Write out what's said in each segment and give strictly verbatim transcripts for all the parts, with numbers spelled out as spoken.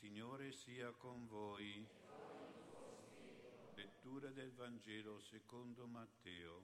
Signore sia con voi. Lettura del Vangelo secondo Matteo.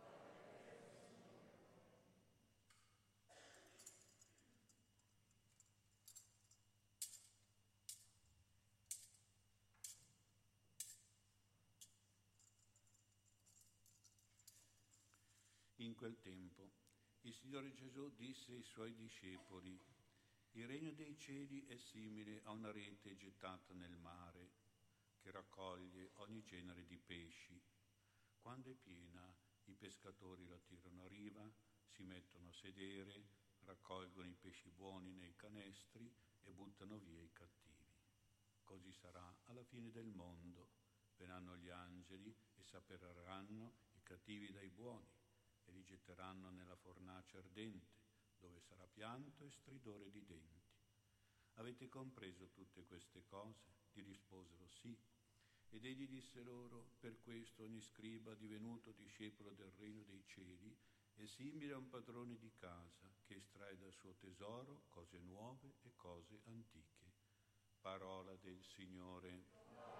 In quel tempo il Signore Gesù disse ai Suoi discepoli: il regno dei cieli è simile a una rete gettata nel mare che raccoglie ogni genere di pesci. Quando è piena, i pescatori la tirano a riva, si mettono a sedere, raccolgono i pesci buoni nei canestri e buttano via i cattivi. Così sarà alla fine del mondo. Verranno gli angeli e separeranno i cattivi dai buoni e li getteranno nella fornace ardente, dove sarà pianto e stridore di denti. Avete compreso tutte queste cose? Gli risposero sì. Ed egli disse loro: per questo ogni scriba divenuto discepolo del regno dei cieli è simile a un padrone di casa che estrae dal suo tesoro cose nuove e cose antiche. Parola del Signore.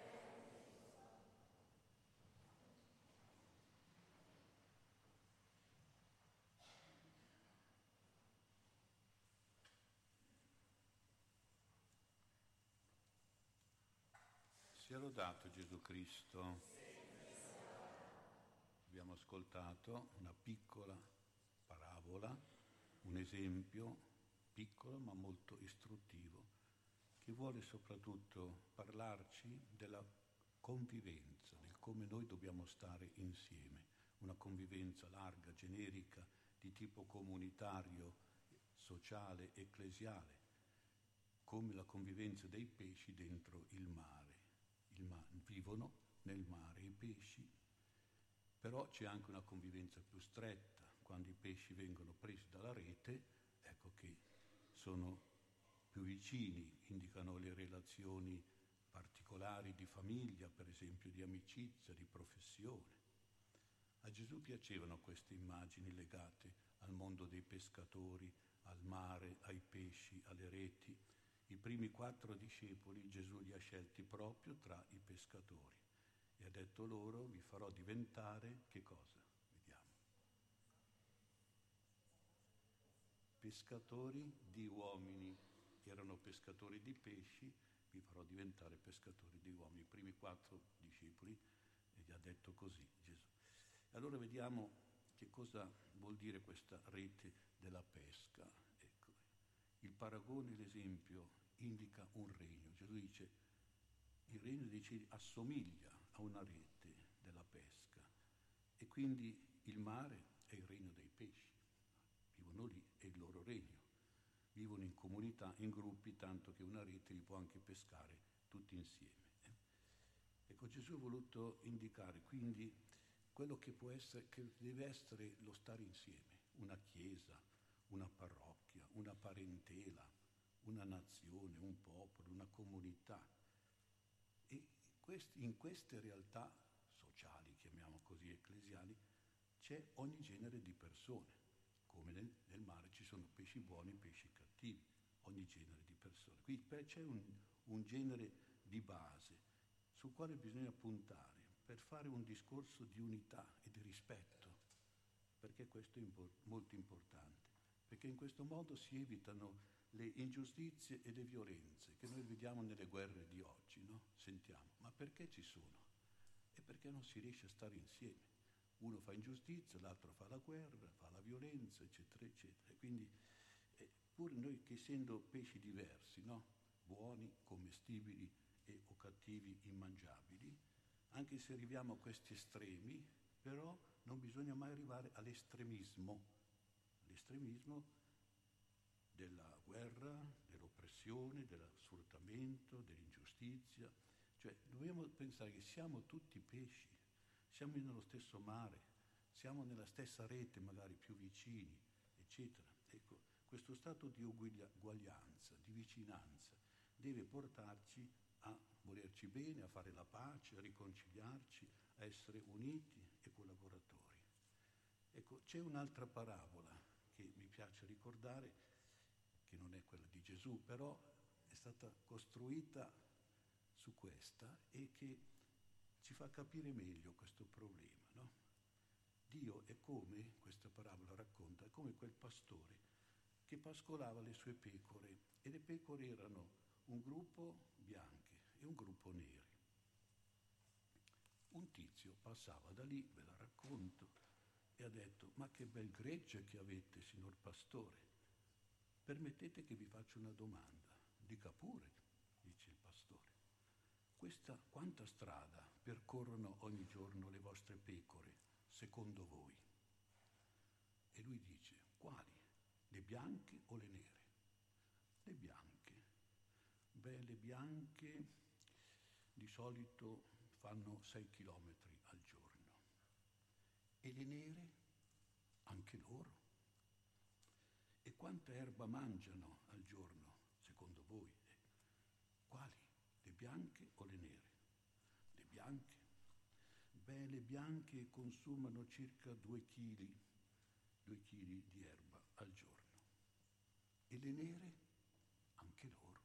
Sia lodato Gesù Cristo. Abbiamo ascoltato una piccola parabola, un esempio piccolo ma molto istruttivo, che vuole soprattutto parlarci della convivenza, del come noi dobbiamo stare insieme, una convivenza larga, generica, di tipo comunitario, sociale, ecclesiale, come la convivenza dei pesci dentro il mare. Il ma- vivono nel mare i pesci, però c'è anche una convivenza più stretta. Quando i pesci vengono presi dalla rete, ecco che sono più vicini, indicano le relazioni particolari di famiglia, per esempio di amicizia, di professione. A Gesù piacevano queste immagini legate al mondo dei pescatori, al mare, ai pesci, alle reti. I primi quattro discepoli Gesù li ha scelti proprio tra i pescatori e ha detto loro: vi farò diventare che cosa? Vediamo. Pescatori di uomini. Erano pescatori di pesci, vi farò diventare pescatori di uomini. I primi quattro discepoli, e gli ha detto così Gesù. Allora vediamo che cosa vuol dire questa rete della pesca. Ecco, il paragone, l'esempio, indica un regno. Gesù dice: il regno dei cieli assomiglia a una rete della pesca, e quindi il mare è il regno dei pesci. Vivono lì, è il loro regno. Vivono in comunità, in gruppi, tanto che una rete li può anche pescare tutti insieme. Ecco, Gesù ha voluto indicare quindi quello che può essere, che deve essere lo stare insieme, una chiesa, una parrocchia, una parentela, una nazione, un popolo, una comunità. E questi, in queste realtà sociali, chiamiamo così, ecclesiali, c'è ogni genere di persone. Come nel, nel mare ci sono pesci buoni e pesci cattivi, ogni genere di persone. Quindi c'è un, un genere di base sul quale bisogna puntare per fare un discorso di unità e di rispetto, perché questo è impor- molto importante, perché in questo modo si evitano le ingiustizie e le violenze che noi vediamo nelle guerre di oggi, no? Sentiamo, ma perché ci sono? E perché non si riesce a stare insieme. Uno fa ingiustizia, l'altro fa la guerra, fa la violenza, eccetera, eccetera. E quindi, eh, pur noi che essendo pesci diversi, no? Buoni, commestibili e o cattivi, immangiabili, anche se arriviamo a questi estremi, però non bisogna mai arrivare all'estremismo, l'estremismo della guerra, dell'oppressione, dello sfruttamento, dell'ingiustizia. Cioè dobbiamo pensare che siamo tutti pesci, siamo nello stesso mare, siamo nella stessa rete, magari più vicini, eccetera. Ecco, questo stato di uguaglianza, di vicinanza, deve portarci a volerci bene, a fare la pace, a riconciliarci, a essere uniti e collaboratori. Ecco, c'è un'altra parabola che mi piace ricordare, che non è quella di Gesù, però è stata costruita su questa e che ci fa capire meglio questo problema, no? Dio è come, questa parabola racconta, è come quel pastore che pascolava le sue pecore, e le pecore erano un gruppo bianche e un gruppo neri. Un tizio passava da lì, ve la racconto, e ha detto: ma che bel gregge che avete, signor pastore. Permettete che vi faccia una domanda. Dica pure, dice il pastore. Questa quanta strada percorrono ogni giorno le vostre pecore, secondo voi? E lui dice: quali? Le bianche o le nere? Le bianche. Beh, le bianche di solito fanno sei chilometri al giorno. E le nere? Anche loro. E quanta erba mangiano al giorno, secondo voi? Eh, quali? Le bianche o le nere? Le bianche. Beh, le bianche consumano circa due chili, due chili di erba al giorno. E le nere? Anche loro.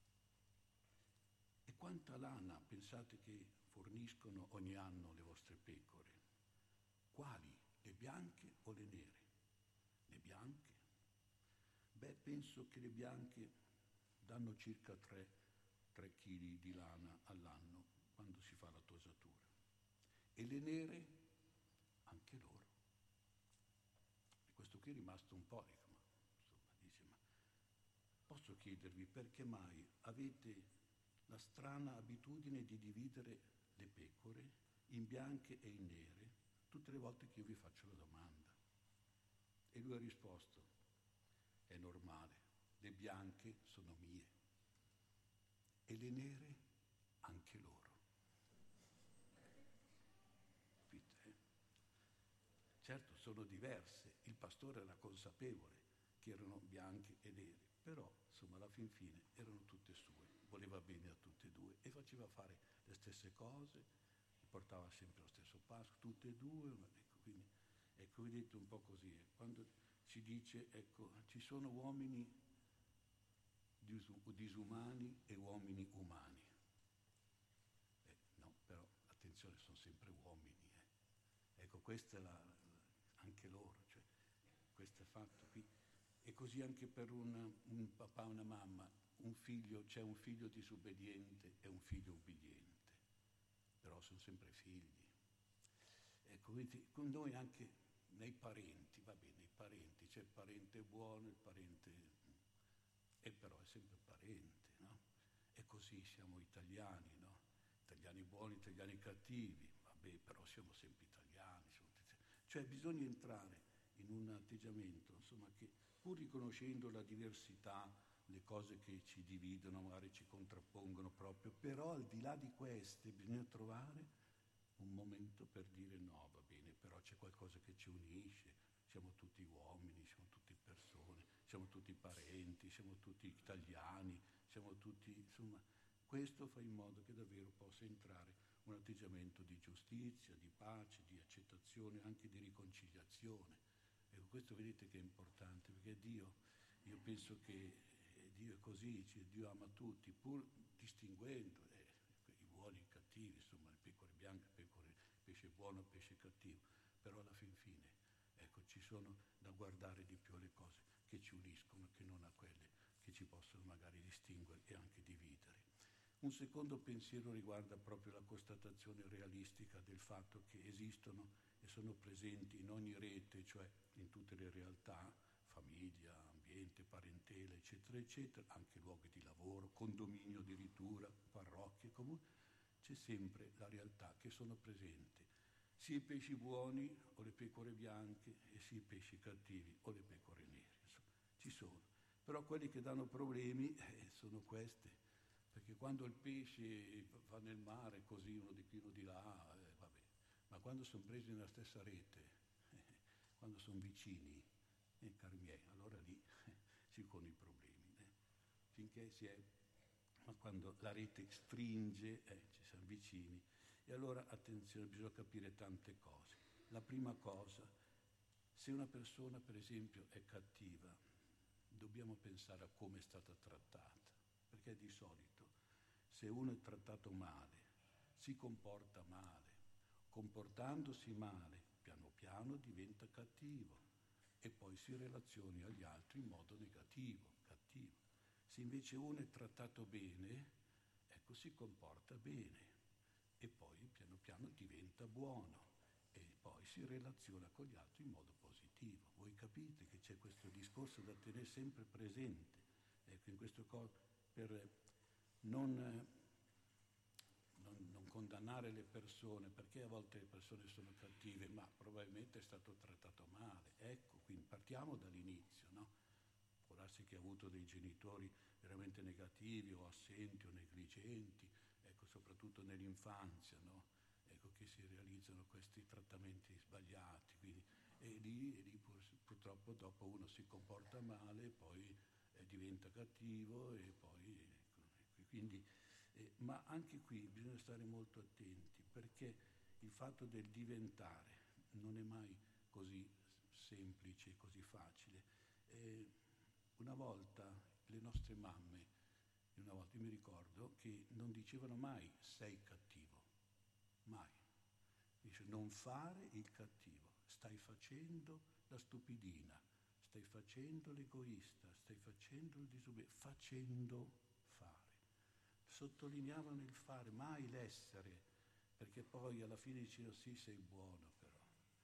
E quanta lana pensate che forniscono ogni anno le vostre pecore? Quali? Le bianche o le nere? Le bianche. Beh, penso che le bianche danno circa tre chili di lana all'anno quando si fa la tosatura. E le nere? Anche loro. E questo qui è rimasto un po', dico, ma, insomma, dice, ma posso chiedervi perché mai avete la strana abitudine di dividere le pecore in bianche e in nere tutte le volte che io vi faccio la domanda? E lui ha risposto: è normale, le bianche sono mie e le nere anche loro. Capite? Eh? Certo, sono diverse, il pastore era consapevole che erano bianche e nere, però insomma alla fin fine erano tutte sue, voleva bene a tutte e due e faceva fare le stesse cose, portava sempre lo stesso pasto, tutte e due, ecco, quindi ecco, vedete un po' così, eh. Quando si dice, ecco, ci sono uomini disumani e uomini umani. Eh, no, però attenzione, sono sempre uomini. Eh. Ecco, questa è la, anche loro, cioè, questo è fatto qui. E così anche per un, un papà e una mamma, un figlio, c'è un figlio disobbediente e un figlio ubbidiente, però sono sempre figli. Ecco, quindi con noi anche nei parenti, va bene, i parenti, c'è il parente buono, il parente... e però è sempre parente, no? E così siamo italiani, no? Italiani buoni, italiani cattivi, vabbè, però siamo sempre italiani. Siamo... Cioè bisogna entrare in un atteggiamento, insomma, che pur riconoscendo la diversità, le cose che ci dividono, magari ci contrappongono proprio, però al di là di queste bisogna trovare un momento per dire no, va bene, però c'è qualcosa che ci unisce, siamo tutti uomini, siamo tutti persone, siamo tutti parenti, siamo tutti italiani, siamo tutti, insomma, questo fa in modo che davvero possa entrare un atteggiamento di giustizia, di pace, di accettazione, anche di riconciliazione. Ecco, questo vedete che è importante, perché Dio, io penso che Dio è così, cioè Dio ama tutti, pur distinguendo eh, i buoni e i cattivi, insomma, il pecore bianco, il pecore, pesce buono, il pesce cattivo, però alla fin fine, ecco, ci sono da guardare di più alle cose che ci uniscono che non a quelle che ci possono magari distinguere e anche dividere. Un secondo pensiero riguarda proprio la constatazione realistica del fatto che esistono e sono presenti in ogni rete, cioè in tutte le realtà, famiglia, ambiente, parentela, eccetera, eccetera, anche luoghi di lavoro, condominio addirittura, parrocchie, comunque, c'è sempre la realtà che sono presenti sia i pesci buoni o le pecore bianche e sia i pesci cattivi o le pecore nere. Insomma, ci sono. Però quelli che danno problemi eh, sono queste, perché quando il pesce va nel mare così uno di qui, uno di là, eh, vabbè, ma quando sono presi nella stessa rete, eh, quando sono vicini, eh, cari miei, allora lì eh, si pongono i problemi. Eh. Finché si è, ma quando la rete stringe, eh, ci siamo vicini, e allora attenzione, bisogna capire tante cose. La prima cosa, se una persona per esempio è cattiva, dobbiamo pensare a come è stata trattata, perché perché di solito se uno è trattato male, si comporta male, comportandosi male, piano piano diventa cattivo e poi si relazioni agli altri in modo negativo, cattivo. Se invece uno è trattato bene, ecco, si comporta bene e poi piano piano diventa buono e poi si relaziona con gli altri in modo positivo. Voi capite che c'è questo discorso da tenere sempre presente, ecco, in questo co- per non, eh, non, non condannare le persone, perché a volte le persone sono cattive, ma probabilmente è stato trattato male. Ecco, quindi partiamo dall'inizio, no? Può darsi che ha avuto dei genitori veramente negativi o assenti o negligenti, ecco, soprattutto nell'infanzia, no? Ecco che si realizzano questi trattamenti sbagliati, quindi, e lì, e lì pur, purtroppo dopo uno si comporta male, poi eh, diventa cattivo e poi, ecco, ecco, quindi, eh, ma anche qui bisogna stare molto attenti perché il fatto del diventare non è mai così semplice, così facile. Eh, una volta le nostre mamme, una volta io mi ricordo che non dicevano mai sei cattivo, mai. Dice non fare il cattivo, stai facendo la stupidina, stai facendo l'egoista, stai facendo il disobbediente, facendo fare. Sottolineavano il fare, mai l'essere, perché poi alla fine dicevano sì, sei buono però,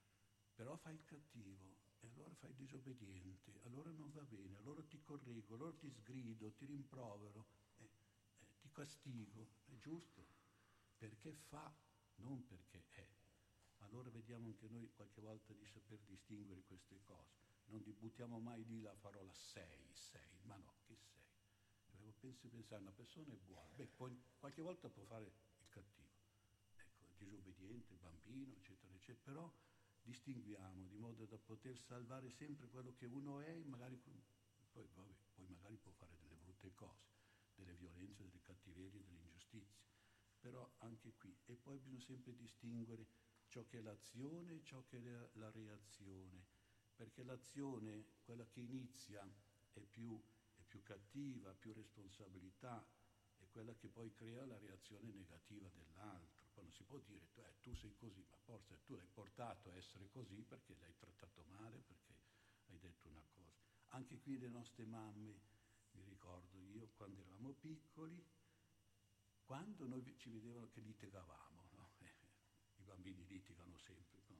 però fai il cattivo e allora fai il disobbediente, allora non va bene, allora ti correggo, allora ti sgrido, ti rimprovero, eh, eh, ti castigo, è giusto, perché fa, non perché è. Allora vediamo anche noi qualche volta di saper distinguere queste cose. Non buttiamo mai lì la parola sei, sei, ma no, che sei? Devo pensi, pensare, una persona è buona, beh, poi qualche volta può fare il cattivo, ecco, il disobbediente, il bambino, eccetera, eccetera, però distinguiamo di modo da poter salvare sempre quello che uno è, magari poi, vabbè, poi magari può fare delle brutte cose, delle violenze, delle cattiverie, delle ingiustizie, però anche qui. E poi bisogna sempre distinguere ciò che è l'azione e ciò che è la reazione, perché l'azione, quella che inizia, è più, è più cattiva, ha più responsabilità, è quella che poi crea la reazione negativa dell'altro. Poi non si può dire eh, tu sei così, ma forse tu l'hai portato a essere così perché l'hai trattato male, perché hai detto una cosa. Anche qui le nostre mamme, mi ricordo io quando eravamo piccoli, quando noi ci vedevano che litigavamo, no? eh, i bambini litigano sempre, no?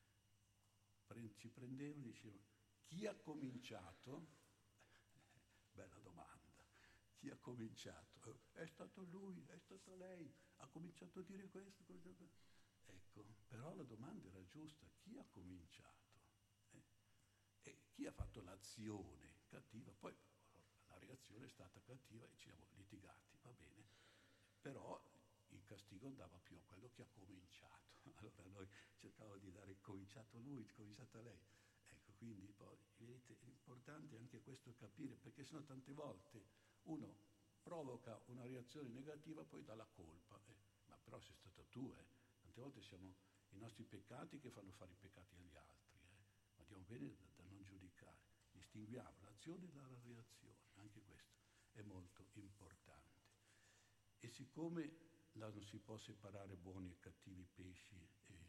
Pre- ci prendevano e dicevano chi ha cominciato? Bella domanda. Chi ha cominciato? È stato lui, è stata lei, ha cominciato a dire questo, questo. Ecco, però la domanda era giusta, chi ha cominciato? Eh? E chi ha fatto l'azione cattiva? Poi la reazione è stata cattiva e ci siamo litigati, va bene, però il castigo andava più a quello che ha cominciato. Allora noi cercavamo di dare cominciato lui, cominciata lei. Ecco, quindi poi, vedete, è importante anche questo capire, perché sennò tante volte uno provoca una reazione negativa, poi dà la colpa. Eh, ma però sei stata tu, eh. Tante volte siamo i nostri peccati che fanno fare i peccati agli altri, eh. Ma andiamo bene da, da non giudicare. Distinguiamo l'azione dalla reazione, anche questo è molto importante. E siccome là non si può separare buoni e cattivi pesci, e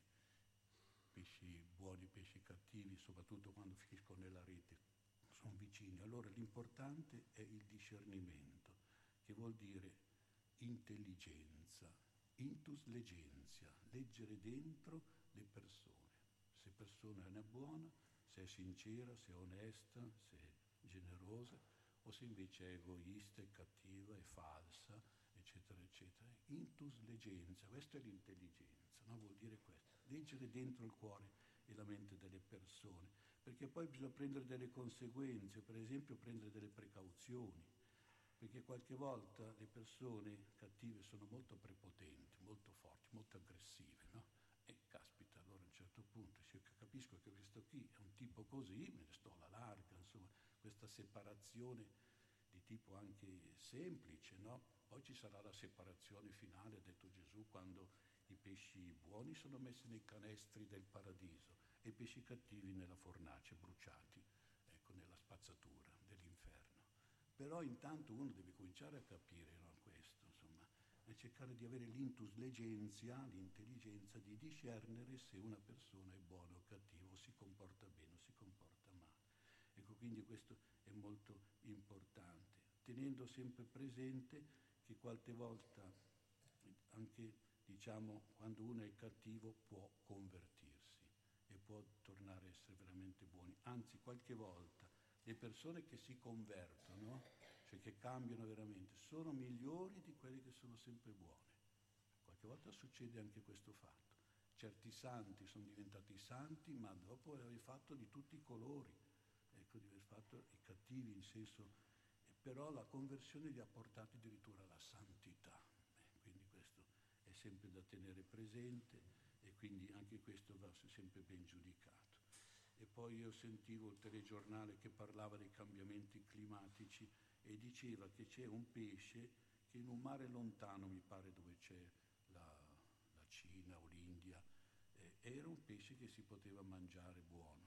pesci buoni e pesci cattivi, soprattutto quando finiscono nella rete, sono vicini. Allora l'importante è il discernimento, che vuol dire intelligenza, intus legentia, leggere dentro le persone. Se persona è buona, se è sincera, se è onesta, se è generosa, o se invece è egoista, è cattiva, è falsa, eccetera, eccetera. Intus legentia, questa è l'intelligenza, no? Vuol dire questo, leggere dentro il cuore e la mente delle persone, perché poi bisogna prendere delle conseguenze, per esempio prendere delle precauzioni, perché qualche volta le persone cattive sono molto prepotenti, molto forti, molto aggressive, no? E caspita, allora a un certo punto, se io capisco che questo qui è un tipo così, me ne sto alla larga, insomma, questa separazione di tipo anche semplice, no? Poi ci sarà la separazione finale, ha detto Gesù, quando i pesci buoni sono messi nei canestri del paradiso e i pesci cattivi nella fornace, bruciati, ecco, nella spazzatura dell'inferno. Però intanto uno deve cominciare a capire, no, questo, insomma, e cercare di avere l'intus legentia, l'intelligenza di discernere se una persona è buona o cattiva, o si comporta bene o si comporta male. Ecco, quindi questo è molto importante, tenendo sempre presente che qualche volta, anche diciamo quando uno è cattivo, può convertirsi e può tornare a essere veramente buoni. Anzi, qualche volta le persone che si convertono, cioè che cambiano veramente, sono migliori di quelli che sono sempre buoni. Qualche volta succede anche questo fatto. Certi santi sono diventati santi, ma dopo aver fatto di tutti i colori, ecco, di aver fatto i cattivi in senso, però la conversione li ha portati addirittura alla santità. Eh, quindi questo è sempre da tenere presente e quindi anche questo va sempre ben giudicato. E poi io sentivo il telegiornale che parlava dei cambiamenti climatici e diceva che c'è un pesce che in un mare lontano, mi pare dove c'è la, la Cina o l'India, eh, era un pesce che si poteva mangiare buono.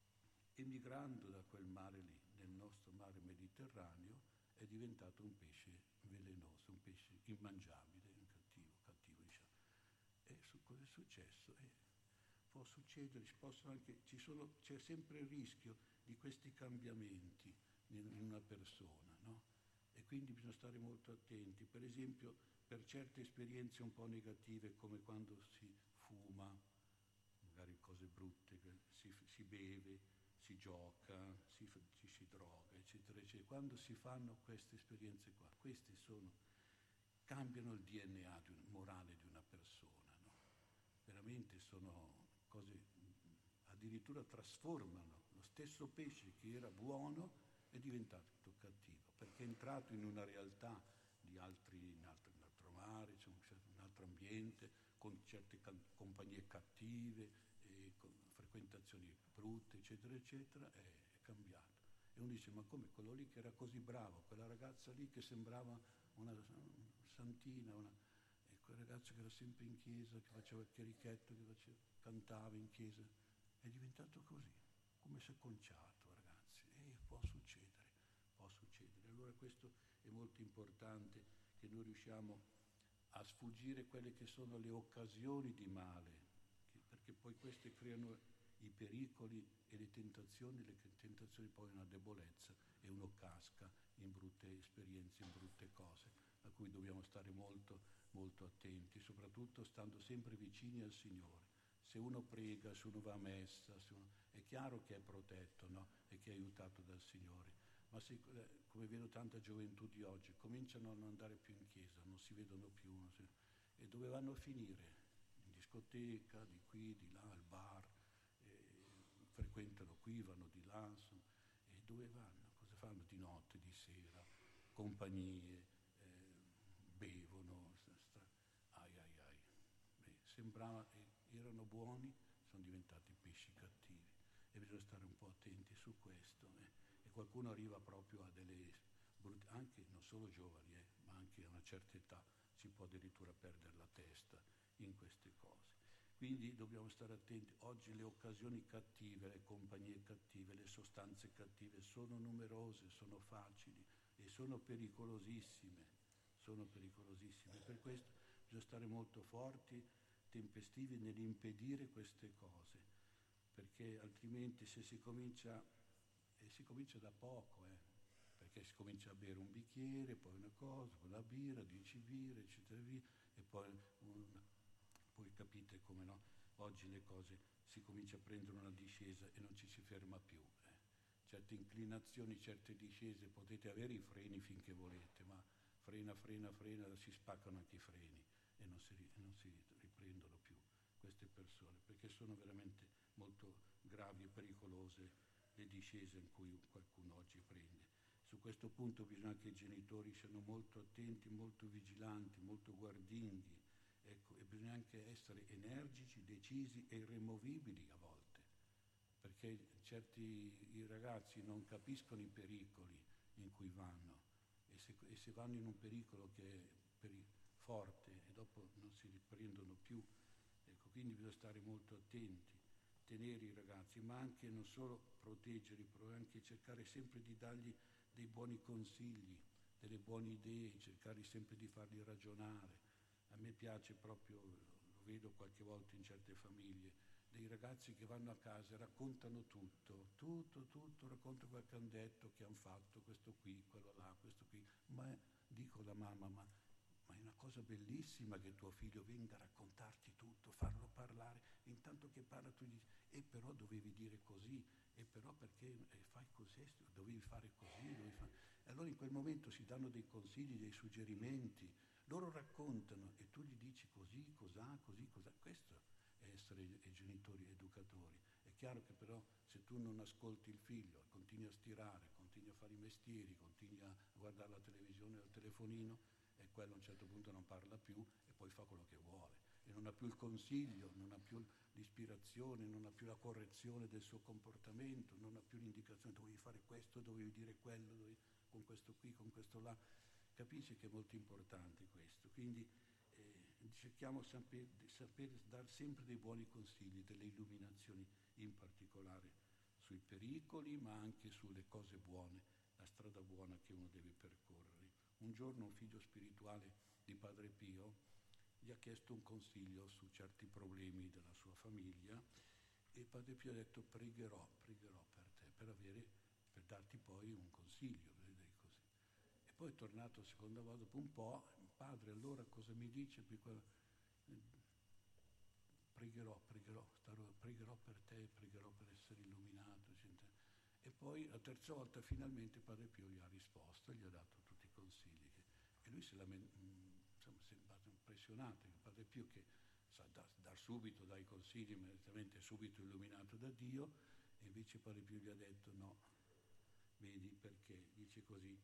Emigrando da quel mare lì, nel nostro mare Mediterraneo, è diventato un pesce velenoso, un pesce immangiabile, un cattivo, cattivo diciamo. E su cosa è successo? Eh, può succedere, ci possono anche, ci sono, c'è sempre il rischio di questi cambiamenti in una persona, no? E quindi bisogna stare molto attenti. Per esempio, per certe esperienze un po' negative, come quando si fuma, magari cose brutte, si, si beve, si gioca, si, ci si droga, eccetera, eccetera. Quando si fanno queste esperienze qua, queste sono, cambiano il D N A di un, morale di una persona, no? Veramente sono cose, addirittura trasformano lo stesso pesce che era buono è diventato cattivo, perché è entrato in una realtà di altri, in altro, in altro mare, cioè un altro ambiente, con certe can- compagnie cattive, e con frequentazioni brutte, eccetera, eccetera, è, è cambiato. E uno dice, ma come quello lì che era così bravo, quella ragazza lì che sembrava una, una santina, una, e quel ragazzo che era sempre in chiesa, che faceva il chierichetto, che faceva, cantava in chiesa, è diventato così, come si è conciato, ragazzi. E può succedere, può succedere. Allora questo è molto importante, che noi riusciamo a sfuggire quelle che sono le occasioni di male, che, perché poi queste creano i pericoli e le tentazioni, le tentazioni poi una debolezza e uno casca in brutte esperienze, in brutte cose, a cui dobbiamo stare molto, molto attenti, soprattutto stando sempre vicini al Signore. Se uno prega, se uno va a messa, se uno, è chiaro che è protetto, no? E che è aiutato dal Signore. Ma se, eh, come vedo tanta gioventù di oggi, cominciano a non andare più in chiesa, non si vedono più, non si, e dove vanno a finire? In discoteca, di qui, di là, al bar, eh, frequentano qui, vanno di là, insomma, e dove vanno? Cosa fanno di notte, di sera? Compagnie, eh, bevono, sta, sta, ai ai ai. Beh, sembrava, eh, erano buoni, sono diventati pesci cattivi e bisogna stare un po' attenti su questo. Eh. E qualcuno arriva proprio a delle brutte, anche non solo giovani, eh, ma anche a una certa età si può addirittura perdere la testa in queste cose. Quindi dobbiamo stare attenti. Oggi le occasioni cattive, le compagnie cattive, le sostanze cattive sono numerose, sono facili e sono pericolosissime, sono pericolosissime. Per questo bisogna stare molto forti, tempestivi nell'impedire queste cose, perché altrimenti se si comincia, e si comincia da poco, eh, perché si comincia a bere un bicchiere, poi una cosa, poi la birra, dieci birre, eccetera, via, e poi, un, poi capite come no, oggi le cose si comincia a prendere una discesa e non ci si ferma più. Eh. Certe inclinazioni, certe discese, potete avere i freni finché volete, ma frena, frena, frena, si spaccano anche i freni e non si, non si riprendono più queste persone, perché sono veramente molto gravi e pericolose le discese in cui qualcuno oggi prende. Su questo punto bisogna che i genitori siano molto attenti, molto vigilanti, molto guardinghi, ecco, e bisogna anche essere energici, decisi e irremovibili a volte, perché certi i ragazzi non capiscono i pericoli in cui vanno e se, e se vanno in un pericolo che è peri- forte e dopo non si riprendono più, ecco, quindi bisogna stare molto attenti, tenere i ragazzi, ma anche non solo proteggerli, però anche cercare sempre di dargli dei buoni consigli, delle buone idee, cercare sempre di farli ragionare. A me piace proprio, lo vedo qualche volta in certe famiglie, dei ragazzi che vanno a casa e raccontano tutto, tutto, tutto, raccontano quel che hanno detto, che hanno fatto, questo qui, quello là, questo qui. Ma dico alla mamma, ma, ma è una cosa bellissima che tuo figlio venga a raccontarti tutto, farlo parlare, e intanto che parla tu dici, e però dovevi dire così, e però perché eh, fai così, dovevi fare così, dovevi fare... E allora in quel momento si danno dei consigli, dei suggerimenti, loro raccontano e tu gli dici così, cos'ha, così, cos'ha. Questo è essere genitori educatori. È chiaro che però se tu non ascolti il figlio, continui a stirare, continui a fare i mestieri, continui a guardare la televisione o il telefonino, e quello a un certo punto non parla più e poi fa quello che vuole. E non ha più il consiglio, non ha più l'ispirazione, non ha più la correzione del suo comportamento, non ha più l'indicazione, dovevi fare questo, dovevi dire quello, dovevi... con questo qui, con questo là. Capisci che è molto importante questo. Quindi eh, cerchiamo sempre di sapere dare sempre dei buoni consigli, delle illuminazioni, in particolare sui pericoli, ma anche sulle cose buone, la strada buona che uno deve percorrere. Un giorno un figlio spirituale di Padre Pio gli ha chiesto un consiglio su certi problemi della sua famiglia e Padre Pio ha detto pregherò, pregherò per te, per avere, per darti poi un consiglio, vedi così. E poi è tornato la seconda volta, dopo un po', padre, allora cosa mi dice? Pregherò, pregherò, starò, pregherò per te, pregherò per essere illuminato. Eccetera. E poi la terza volta finalmente Padre Pio gli ha risposto, gli ha dato tutti i consigli. Che, e lui si è sembrato impressionato, il Padre Pio che sa dar da subito, dai consigli, immediatamente subito illuminato da Dio, e invece Padre Pio gli ha detto no, vedi perché, dice così,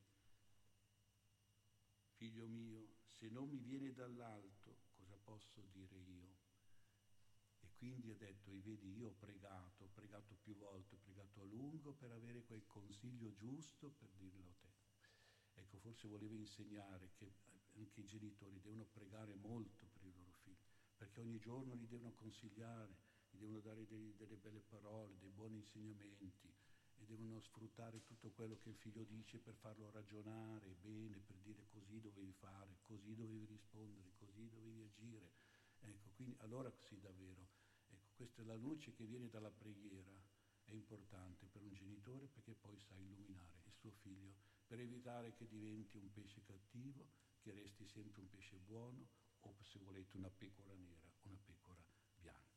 figlio mio, se non mi viene dall'alto, cosa posso dire io? E quindi ha detto, e vedi, io ho pregato, ho pregato più volte, ho pregato a lungo per avere quel consiglio giusto per dirlo a te. Ecco, forse voleva insegnare che anche i genitori devono pregare molto per i loro figli, perché ogni giorno li devono consigliare, gli devono dare dei, delle belle parole, dei buoni insegnamenti, e devono sfruttare tutto quello che il figlio dice per farlo ragionare bene, per dire così dovevi fare, così dovevi rispondere, così dovevi agire. Ecco, quindi allora sì davvero, ecco, questa è la luce che viene dalla preghiera, è importante per un genitore perché poi sa illuminare il suo figlio, per evitare che diventi un pesce cattivo, che resti sempre un pesce buono, o se volete una pecora nera, una pecora bianca.